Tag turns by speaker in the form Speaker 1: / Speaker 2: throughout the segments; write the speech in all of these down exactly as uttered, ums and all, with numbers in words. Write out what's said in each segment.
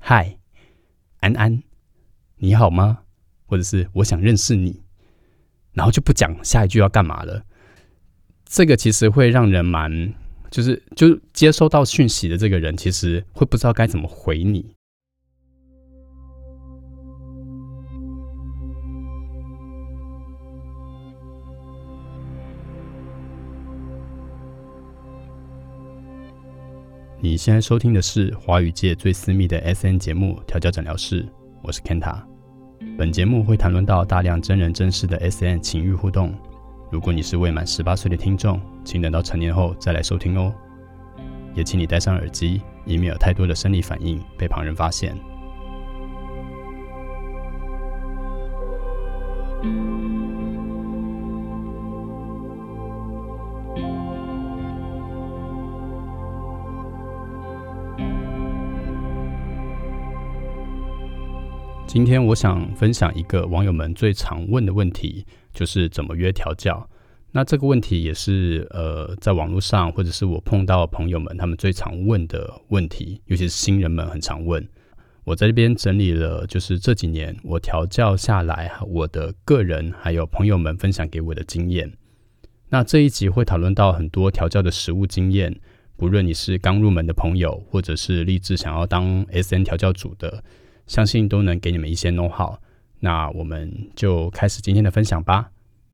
Speaker 1: 嗨，安安，你好吗？或者是我想认识你，然后就不讲下一句要干嘛了。这个其实会让人蛮，就是就接收到讯息的这个人，其实会不知道该怎么回你。你现在收听的是华语界最私密的 S N 节目《调教诊疗室》，我是 Kenta。本节目会谈论到大量真人真事的 S N 情欲互动。如果你是未满十八岁的听众，请等到成年后再来收听哦。也请你戴上耳机，以免有太多的生理反应被旁人发现。今天我想分享一个网友们最常问的问题，就是怎么约调教。那这个问题也是呃，在网络上或者是我碰到的朋友们他们最常问的问题，尤其是新人们很常问。我在这边整理了就是这几年我调教下来我的个人还有朋友们分享给我的经验。那这一集会讨论到很多调教的实务经验，不论你是刚入门的朋友，或者是立志想要当 S N 调教组的，相信都能给你们一些 know-how。 那我们就开始今天的分享吧。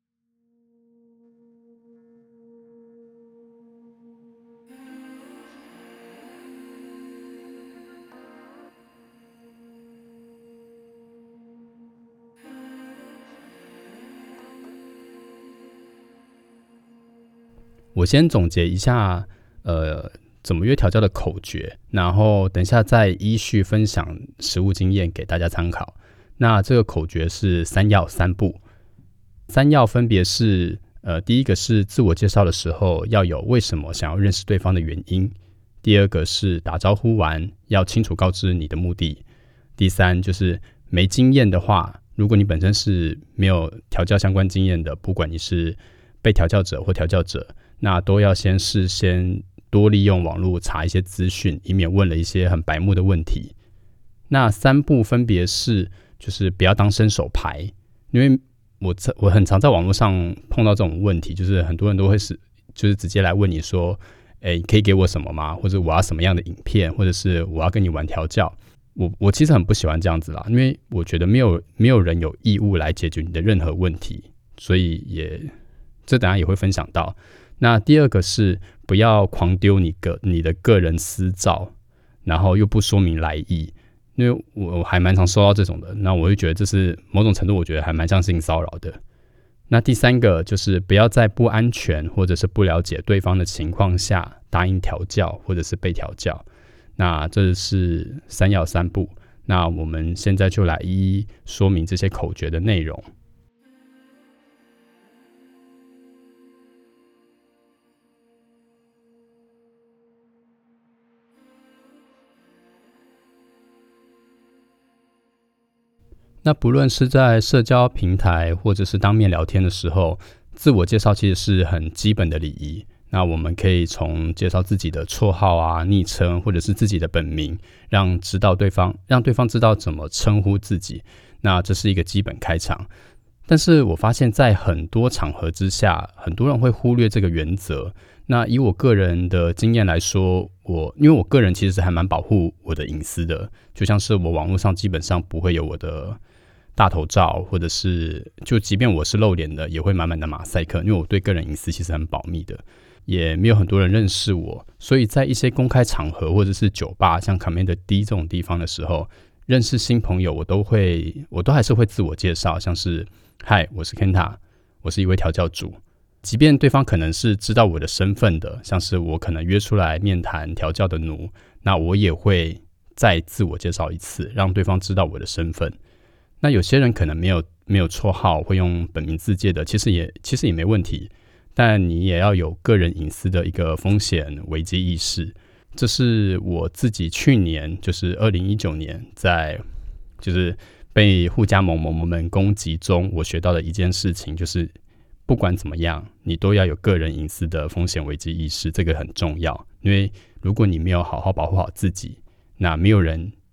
Speaker 1: 我先总结一下呃怎么约调教的口诀，然后等一下再依序分享实务经验给大家参考。那这个口诀是三要三不。三要分别是呃，第一个是自我介绍的时候要有为什么想要认识对方的原因。第二个是打招呼完要清楚告知你的目的。第三就是没经验的话，如果你本身是没有调教相关经验的，不管你是被调教者或调教者，那都要先事先多利用网络查一些资讯，以免问了一些很白目的问题。那三不分别是就是不要当伸手牌，因为我我很常在网络上碰到这种问题，就是很多人都会是就是直接来问你说，哎，你可以给我什么吗？或者我要什么样的影片，或者是我要跟你玩调教。我我其实很不喜欢这样子啦，因为我觉得没有没有人有义务来解决你的任何问题，所以也这等一下也会分享到。那第二个是不要狂丢你个你的个人私照，然后又不说明来意，因为我还蛮常收到这种的，那我会觉得这是某种程度我觉得还蛮像性骚扰的。那第三个就是不要在不安全或者是不了解对方的情况下答应调教或者是被调教。那这是三要三不。那我们现在就来一一说明这些口诀的内容。那不论是在社交平台或者是当面聊天的时候，自我介绍其实是很基本的礼仪。那我们可以从介绍自己的绰号啊、昵称或者是自己的本名，让知道对方让对方知道怎么称呼自己。那这是一个基本开场。但是我发现在很多场合之下，很多人会忽略这个原则。那以我个人的经验来说，我因为我个人其实是还蛮保护我的隐私的，就像是我网络上基本上不会有我的大头照，或者是就即便我是露脸的，也会满满的马赛克，因为我对个人隐私其实很保密的，也没有很多人认识我，所以在一些公开场合或者是酒吧，像 Commander D 这种地方的时候，认识新朋友，我都会，我都还是会自我介绍，像是嗨，我是 Kenta， 我是一位调教主。即便对方可能是知道我的身份的，像是我可能约出来面谈调教的奴，那我也会再自我介绍一次，让对方知道我的身份。那有些人可能没有没有绰号，会用本名自介的，其实也其实也没问题，但你也要有个人隐私的一个风险危机意识。这是我自己去年就是二零一九年在就是被护家盟盟们攻击中，我学到的一件事情就是，不管怎么样，你都要有个人隐私的风险危机意识，这个很重要。因为如果你没有好好保护好自己，那没有人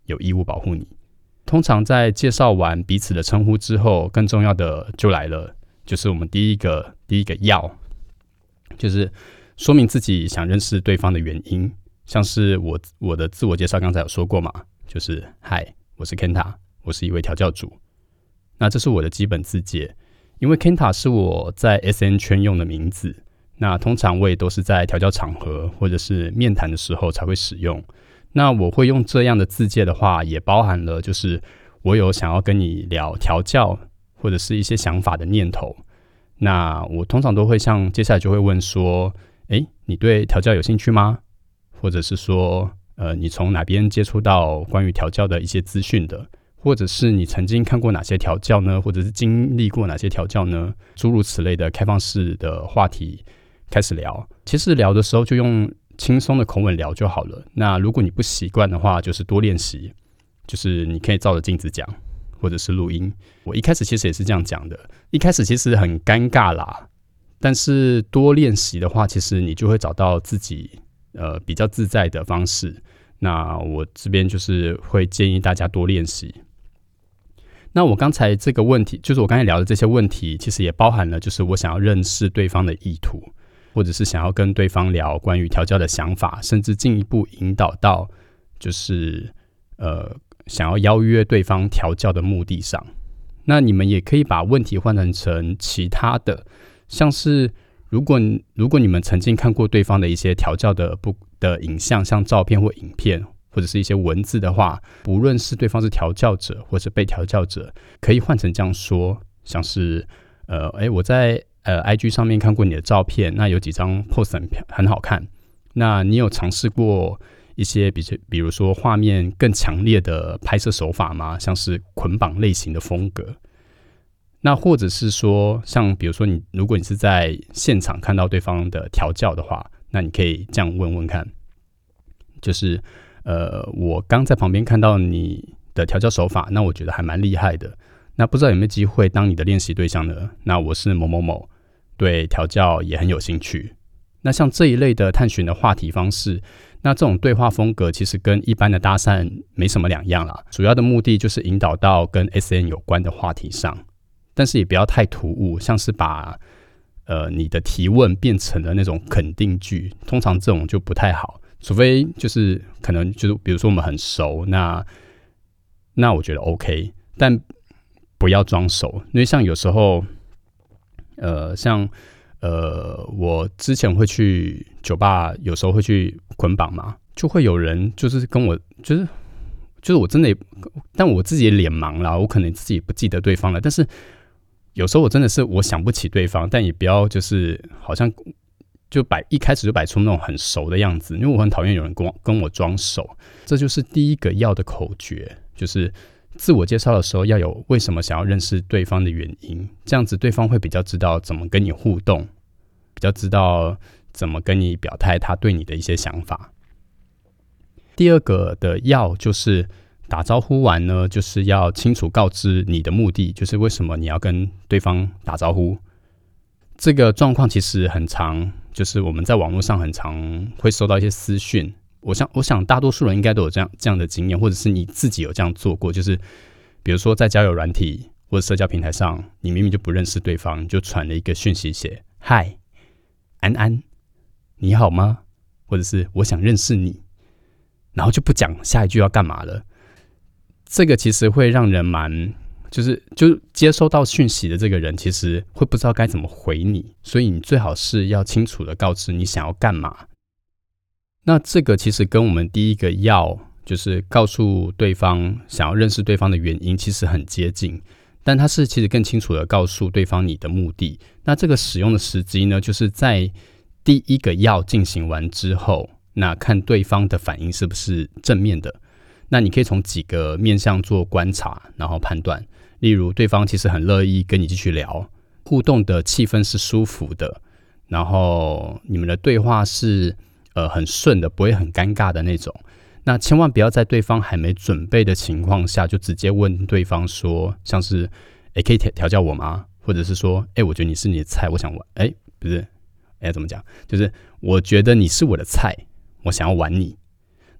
Speaker 1: 有义务保护你。通常在介绍完彼此的称呼之后，更重要的就来了，就是我们第一个第一个要，就是说明自己想认识对方的原因。像是我我的自我介绍刚才有说过嘛，就是嗨，我是 Kenta， 我是一位调教主。那这是我的基本自介，因为 Kenta 是我在 S N 圈用的名字，那通常我也都是在调教场合或者是面谈的时候才会使用。那我会用这样的自介的话，也包含了就是我有想要跟你聊调教或者是一些想法的念头。那我通常都会像接下来就会问说，诶，你对调教有兴趣吗？或者是说，呃，你从哪边接触到关于调教的一些资讯的？或者是你曾经看过哪些调教呢？或者是经历过哪些调教呢？诸如此类的开放式的话题开始聊。其实聊的时候就用轻松的口吻聊就好了。那如果你不习惯的话，就是多练习，就是你可以照着镜子讲，或者是录音。我一开始其实也是这样讲的，一开始其实很尴尬啦，但是多练习的话，其实你就会找到自己呃比较自在的方式。那我这边就是会建议大家多练习。那我刚才这个问题，就是我刚才聊的这些问题，其实也包含了就是我想要认识对方的意图，或者是想要跟对方聊关于调教的想法，甚至进一步引导到就是呃想要邀约对方调教的目的上。那你们也可以把问题换成成其他的，像是如果如果你们曾经看过对方的一些调教的不的影像，像照片或影片，或者是一些文字的话，不论是对方是调教者或是被调教者，可以换成这样说，像是呃，哎，我在呃 I G 上面看过你的照片，那有几张 post 很很好看，那你有尝试过一些比比如说画面更强烈的拍摄手法吗？像是捆绑类型的风格。那或者是说，像比如说你，如果你是在现场看到对方的调教的话，那你可以这样问问看，就是呃，我刚在旁边看到你的调教手法，那我觉得还蛮厉害的。那不知道有没有机会当你的练习对象呢？那我是某某某，对调教也很有兴趣。那像这一类的探寻的话题方式，那这种对话风格其实跟一般的搭讪没什么两样啦。主要的目的就是引导到跟 S N 有关的话题上。但是也不要太突兀，像是把呃你的提问变成了那种肯定句，通常这种就不太好，除非就是可能就是比如说我们很熟，那那我觉得 OK， 但不要装熟，因为像有时候呃像呃我之前会去酒吧，有时候会去捆绑嘛，就会有人就是跟我就是就是我真的也，但我自己也脸盲啦，我可能自己也不记得对方了，但是。有时候我真的是我想不起对方，但也不要就是好像就摆一开始就摆出那种很熟的样子，因为我很讨厌有人跟我跟我装熟。这就是第一个要的口诀，就是自我介绍的时候要有为什么想要认识对方的原因，这样子对方会比较知道怎么跟你互动，比较知道怎么跟你表态他对你的一些想法。第二个的要就是打招呼完呢，就是要清楚告知你的目的，就是为什么你要跟对方打招呼。这个状况其实很常，就是我们在网络上很常会收到一些私讯。我想，我想大多数人应该都有这样这样的经验，或者是你自己有这样做过，就是比如说在交友软体或者社交平台上，你明明就不认识对方，你就传了一个讯息写“嗨，安安，你好吗？”或者是“我想认识你”，然后就不讲下一句要干嘛了。这个其实会让人蛮，就是就接收到讯息的这个人，其实会不知道该怎么回你，所以你最好是要清楚的告知你想要干嘛。那这个其实跟我们第一个要，就是告诉对方想要认识对方的原因，其实很接近，但它是其实更清楚的告诉对方你的目的。那这个使用的时机呢，就是在第一个要进行完之后，那看对方的反应是不是正面的。那你可以从几个面向做观察，然后判断。例如，对方其实很乐意跟你继续聊，互动的气氛是舒服的，然后你们的对话是呃很顺的，不会很尴尬的那种。那千万不要在对方还没准备的情况下，就直接问对方说，像是“哎，可以调教我吗？”或者是说“哎，我觉得你是你的菜，我想玩。”哎，不是，哎，怎么讲？就是我觉得你是我的菜，我想要玩你。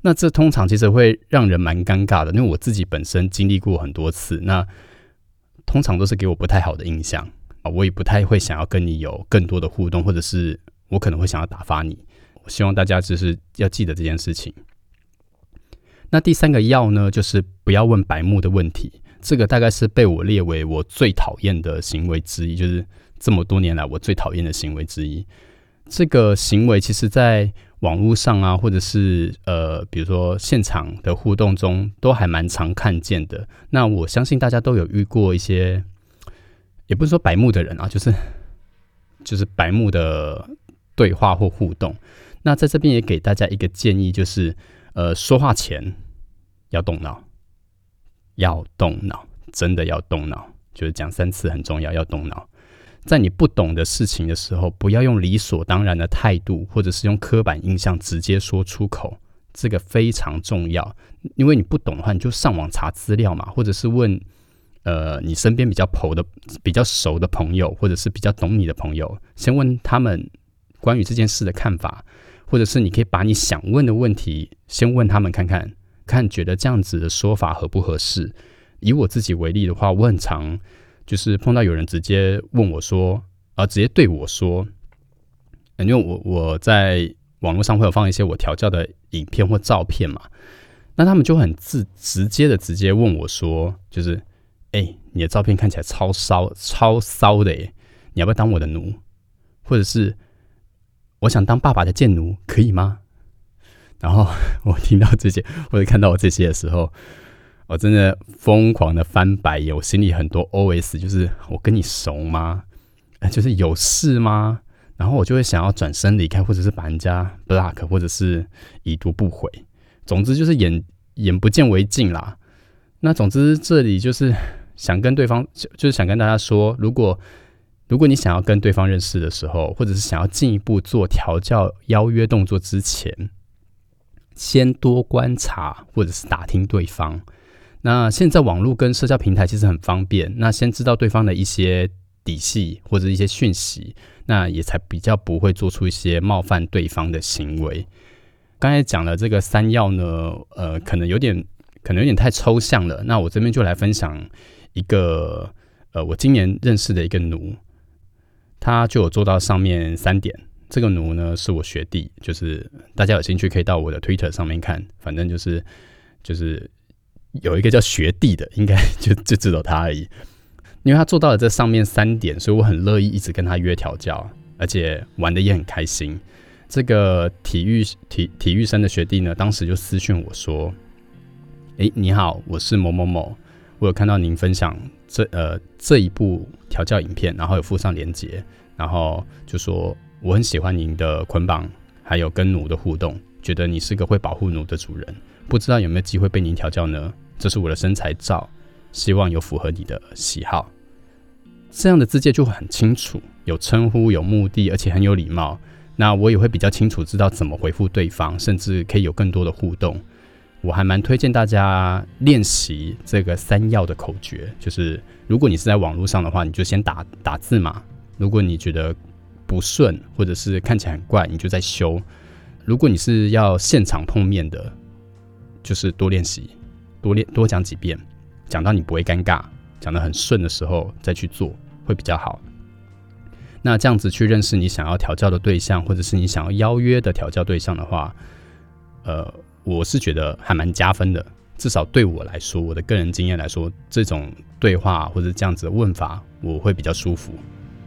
Speaker 1: 那这通常其实会让人蛮尴尬的，因为我自己本身经历过很多次，那通常都是给我不太好的印象，我也不太会想要跟你有更多的互动，或者是我可能会想要打发你。我希望大家就是要记得这件事情。那第三个要呢，就是不要问白目的问题。这个大概是被我列为我最讨厌的行为之一，就是这么多年来我最讨厌的行为之一。这个行为其实在网络上啊，或者是呃，比如说现场的互动中，都还蛮常看见的。那我相信大家都有遇过一些，也不是说白目的人啊，就是就是白目的对话或互动。那在这边也给大家一个建议，就是呃，说话前要动脑，要动脑，真的要动脑，就是讲三次很重要，要动脑。在你不懂的事情的时候，不要用理所当然的态度，或者是用刻板印象直接说出口，这个非常重要。因为你不懂的话，你就上网查资料嘛，或者是问呃你身边比较熟的、比较熟的朋友，或者是比较懂你的朋友，先问他们关于这件事的看法。或者是你可以把你想问的问题先问他们看看，看觉得这样子的说法合不合适。以我自己为例的话，我很常就是碰到有人直接问我说，呃，直接对我说，因为我我在网络上会有放一些我调教的影片或照片嘛，那他们就很自直接的直接问我说，就是，哎、欸，你的照片看起来超骚超骚的耶，你要不要当我的奴？或者是我想当爸爸的贱奴，可以吗？然后我听到这些，或者看到我这些的时候，我真的疯狂的翻白眼，我心里很多 O S， 就是我跟你熟吗？就是有事吗？然后我就会想要转身离开，或者是把人家 block， 或者是已读不回。总之就是眼眼不见为净啦。那总之这里就是想跟对方，就是想跟大家说，如果如果你想要跟对方认识的时候，或者是想要进一步做调教邀约动作之前，先多观察或者是打听对方。那现在网络跟社交平台其实很方便，那先知道对方的一些底细或者一些讯息，那也才比较不会做出一些冒犯对方的行为。刚才讲的这个三要呢，呃，可能有点可能有点太抽象了。那我这边就来分享一个呃，我今年认识的一个奴。他就有做到上面三点。这个奴呢是我学弟，就是大家有兴趣可以到我的 Twitter 上面看，反正就是就是有一个叫学弟的，应该就就只有他而已。因为他做到了这上面三点，所以我很乐意一直跟他约调教，而且玩得也很开心。这个体育体体育生的学弟呢，当时就私讯我说：“哎，你好，我是某某某，我有看到您分享这呃这一部调教影片，然后有附上连结，然后就说我很喜欢您的捆绑，还有跟奴的互动，觉得你是个会保护奴的主人，不知道有没有机会被您调教呢？这是我的身材照，希望有符合你的喜好。”这样的字界就很清楚，有称呼，有目的，而且很有礼貌。那我也会比较清楚知道怎么回复对方，甚至可以有更多的互动。我还蛮推荐大家练习这个三要的口诀，就是如果你是在网络上的话，你就先打打字嘛。如果你觉得不顺，或者是看起来很怪，你就再修。如果你是要现场碰面的，就是多练习，多练多讲几遍，讲到你不会尴尬，讲得很顺的时候再去做，会比较好。那这样子去认识你想要调教的对象，或者是你想要邀约的调教对象的话，呃，我是觉得还蛮加分的。至少对我来说，我的个人经验来说，这种对话或者这样子的问法，我会比较舒服。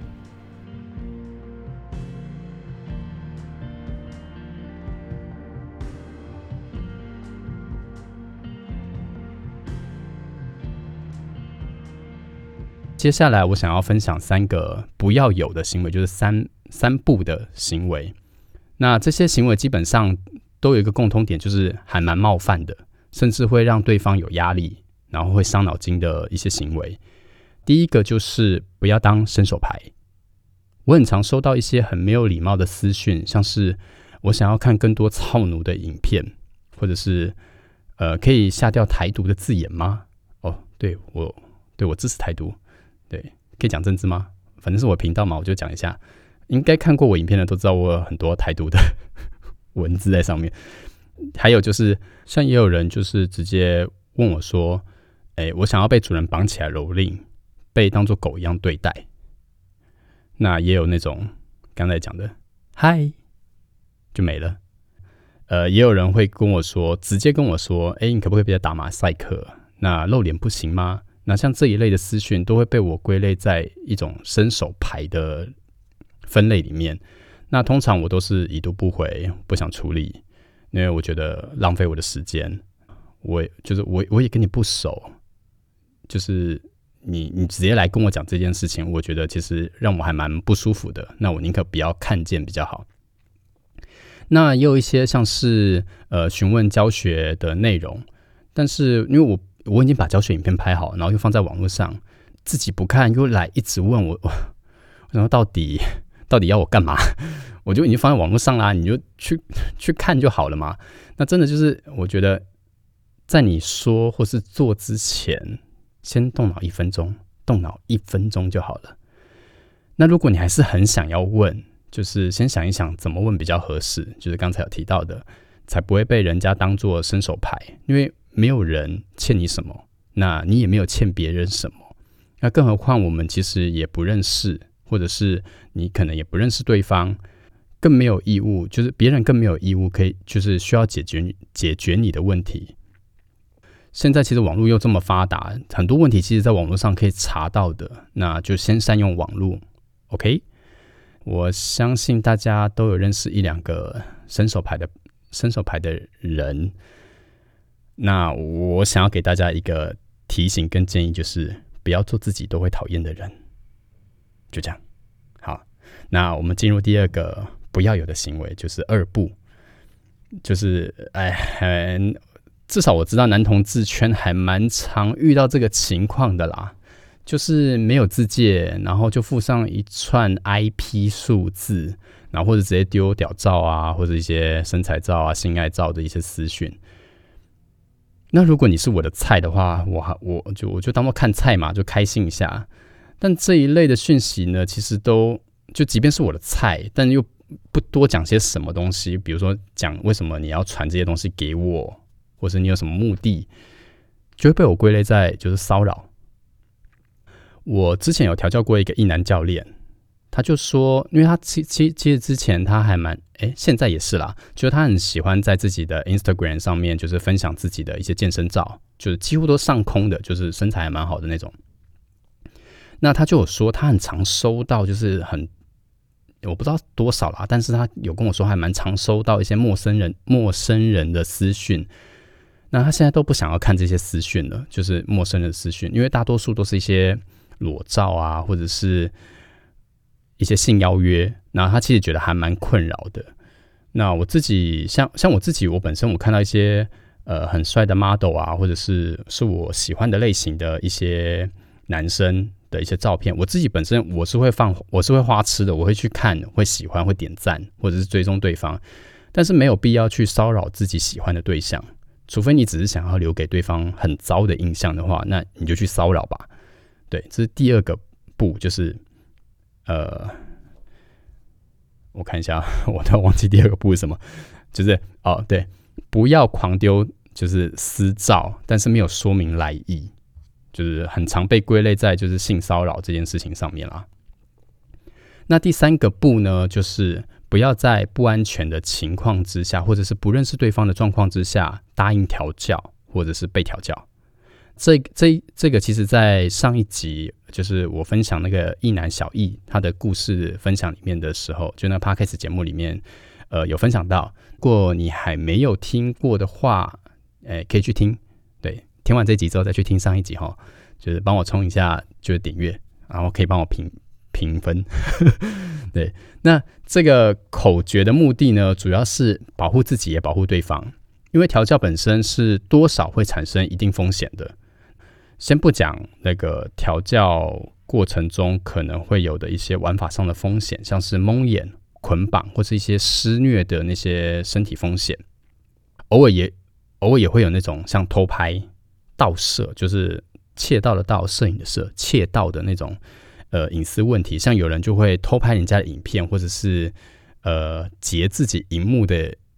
Speaker 1: 接下来我想要分享三个不要有的行为，就是三三不的行为。那这些行为基本上都有一个共通点，就是还蛮冒犯的，甚至会让对方有压力，然后会伤脑筋的一些行为。第一个就是不要当伸手牌。我很常收到一些很没有礼貌的私讯，像是我想要看更多操奴的影片，或者是呃可以下掉台独的字眼吗？哦，对我对我支持台独。对，可以讲政治吗？反正是我频道嘛，我就讲一下。应该看过我影片的都知道，我有很多台独的文字在上面。 还有就是像也有人就是直接问我说，哎，我想要被主人绑起来蹂躏，被当作狗一样对待。那也有那种刚才讲的嗨就没了。呃，也有人会跟我说，直接跟我说，哎，你可不可以别打马赛克？那露脸不行吗？那像这一类的私讯都会被我归类在一种伸手牌的分类里面。那通常我都是已读不回，不想处理，因为我觉得浪费我的时间。我就是我我也跟你不熟，就是你你直接来跟我讲这件事情，我觉得其实让我还蛮不舒服的。那我宁可不要看见比较好。那也有一些像是呃询问教学的内容，但是因为我我已经把教学影片拍好，然后又放在网络上，自己不看又来一直问我，我然后到底到底要我干嘛？我就已经放在网络上啦，你就去去看就好了嘛。那真的就是我觉得，在你说或是做之前，先动脑一分钟，动脑一分钟就好了。那如果你还是很想要问，就是先想一想怎么问比较合适，就是刚才有提到的，才不会被人家当作伸手牌，因为没有人欠你什么，那你也没有欠别人什么，那更何况我们其实也不认识，或者是你可能也不认识对方，更没有义务，就是别人更没有义务可以就是需要解决解决你的问题。现在其实网络又这么发达，很多问题其实在网络上可以查到的，那就先善用网络 OK。我相信大家都有认识一两个伸手牌的伸手牌的人，那我想要给大家一个提醒跟建议，就是不要做自己都会讨厌的人，就这样。好，那我们进入第二个不要有的行为，就是二不，就是哎，至少我知道男同志圈还蛮常遇到这个情况的啦。就是没有自介，然后就附上一串 I P 数字，然后或者直接丢屌照啊，或者一些身材照啊、性爱照的一些私讯。那如果你是我的菜的话，我我就我就当做看菜嘛，就开心一下。但这一类的讯息呢，其实都就即便是我的菜，但又不多讲些什么东西，比如说讲为什么你要传这些东西给我，或者你有什么目的，就会被我归类在就是骚扰。我之前有调教过一个异男教练，他就说，因为他其其其实之前他还蛮，哎，现在也是啦，就是他很喜欢在自己的 Instagram 上面，就是分享自己的一些健身照，就是几乎都上空的，就是身材还蛮好的那种。那他就有说，他很常收到，就是很我不知道多少啦，但是他有跟我说，还蛮常收到一些陌生人陌生人的私讯。那他现在都不想要看这些私讯了，就是陌生人的私讯，因为大多数都是一些裸照啊，或者是一些性邀约，然后他其实觉得还蛮困扰的。那我自己像像我自己，我本身我看到一些呃很帅的 model 啊，或者是是我喜欢的类型的一些男生的一些照片，我自己本身我是会放，我是会花痴的，我会去看，会喜欢，会点赞，或者是追踪对方，但是没有必要去骚扰自己喜欢的对象，除非你只是想要留给对方很糟的印象的话，那你就去骚扰吧。对，这是第二个步，就是呃，我看一下，我都忘记第二个步是什么，就是哦，对，不要狂丢，就是私照，但是没有说明来意，就是很常被归类在就是性骚扰这件事情上面啦。那第三个步呢，就是不要在不安全的情况之下，或者是不认识对方的状况之下，答应调教，或者是被调教。这这这个其实在上一集就是我分享那个异男小易他的故事分享里面的时候，就那 Podcast 节目里面呃有分享到，如果你还没有听过的话，诶可以去听，对，听完这集之后再去听上一集齁，就是帮我冲一下就是点阅，然后可以帮我评评分对，那这个口诀的目的呢，主要是保护自己也保护对方，因为调教本身是多少会产生一定风险的。先不讲那个调教过程中可能会有的一些玩法上的风险，像是蒙眼、捆绑或是一些施虐的那些身体风险，偶尔也偶尔也会有那种像偷拍、盗摄，就是窃盗的盗，摄影的摄，窃盗的那种呃隐私问题，像有人就会偷拍人家的影片，或者是呃截自己荧幕的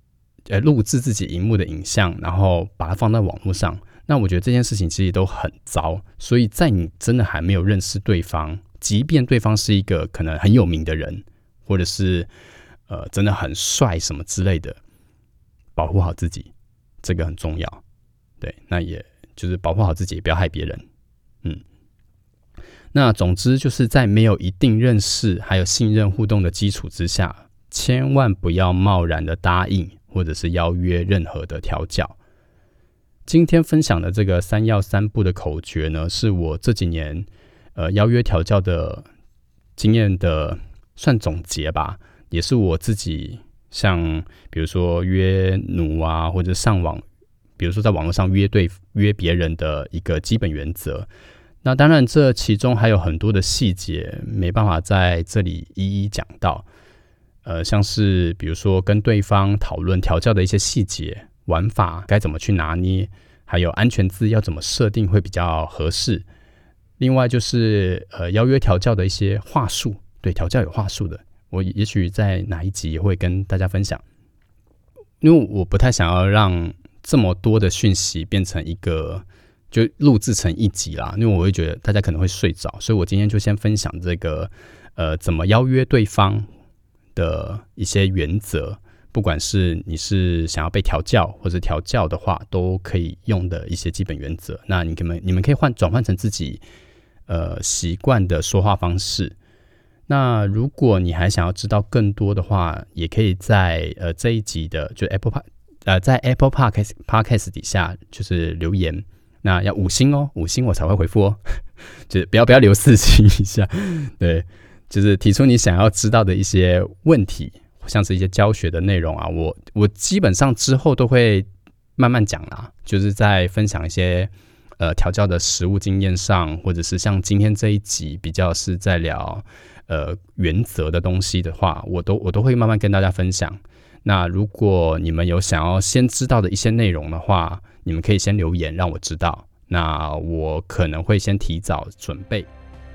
Speaker 1: 呃录制自己荧幕的影像，然后把它放在网络上。那我觉得这件事情其实都很糟，所以在你真的还没有认识对方，即便对方是一个可能很有名的人，或者是呃真的很帅什么之类的，保护好自己，这个很重要。对，那也就是保护好自己，也不要害别人。嗯，那总之就是在没有一定认识还有信任互动的基础之下，千万不要贸然的答应或者是邀约任何的调教。今天分享的这个三要三不的口诀呢，是我这几年呃邀约调教的经验的算总结吧，也是我自己像比如说约奴啊，或者上网，比如说在网络上约对约别人的一个基本原则。那当然这其中还有很多的细节没办法在这里一一讲到，呃，像是比如说跟对方讨论调教的一些细节，玩法该怎么去拿捏，还有安全字要怎么设定会比较合适。另外就是呃邀约调教的一些话术，对，调教有话术的，我也许在哪一集也会跟大家分享。因为我不太想要让这么多的讯息变成一个就录制成一集啦，因为我会觉得大家可能会睡着，所以我今天就先分享这个呃怎么邀约对方的一些原则，不管是你是想要被调教或者调教的话，都可以用的一些基本原则。那你们你们可以换转换成自己呃习惯的说话方式。那如果你还想要知道更多的话，也可以在呃这一集的就 Apple 呃在 Apple Podcast Podcast 底下就是留言，那要五星哦，五星我才会回复哦，就是不要不要留四星以下，对，就是提出你想要知道的一些问题，像是一些教学的内容啊，我我基本上之后都会慢慢讲啦，就是在分享一些呃调教的实务经验上，或者是像今天这一集比较是在聊呃原则的东西的话，我都我都会慢慢跟大家分享。那如果你们有想要先知道的一些内容的话，你们可以先留言让我知道，那我可能会先提早准备。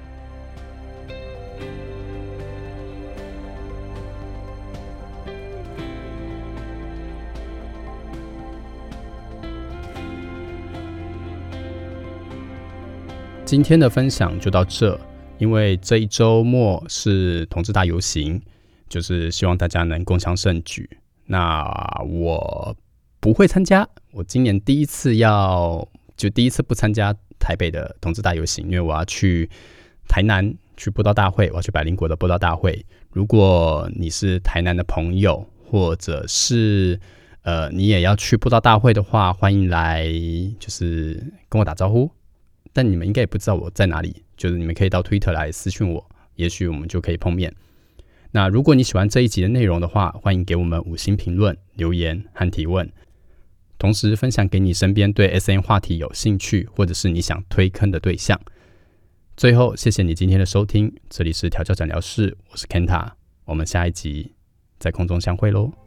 Speaker 1: 今天的分享就到这，因为这一周末是同志大游行，就是希望大家能共襄盛举。那我不会参加，我今年第一次要就第一次不参加台北的同志大游行，因为我要去台南去布道大会，我要去百灵国的布道大会。如果你是台南的朋友，或者是呃你也要去布道大会的话，欢迎来就是跟我打招呼。但你们应该也不知道我在哪里，就是你们可以到 Twitter 来私讯我，也许我们就可以碰面。那如果你喜欢这一集的内容的话，欢迎给我们五星评论、留言和提问，同时分享给你身边对 S M 话题有兴趣或者是你想推坑的对象。最后，谢谢你今天的收听，这里是调教诊疗室，我是 Kenta， 我们下一集在空中相会咯。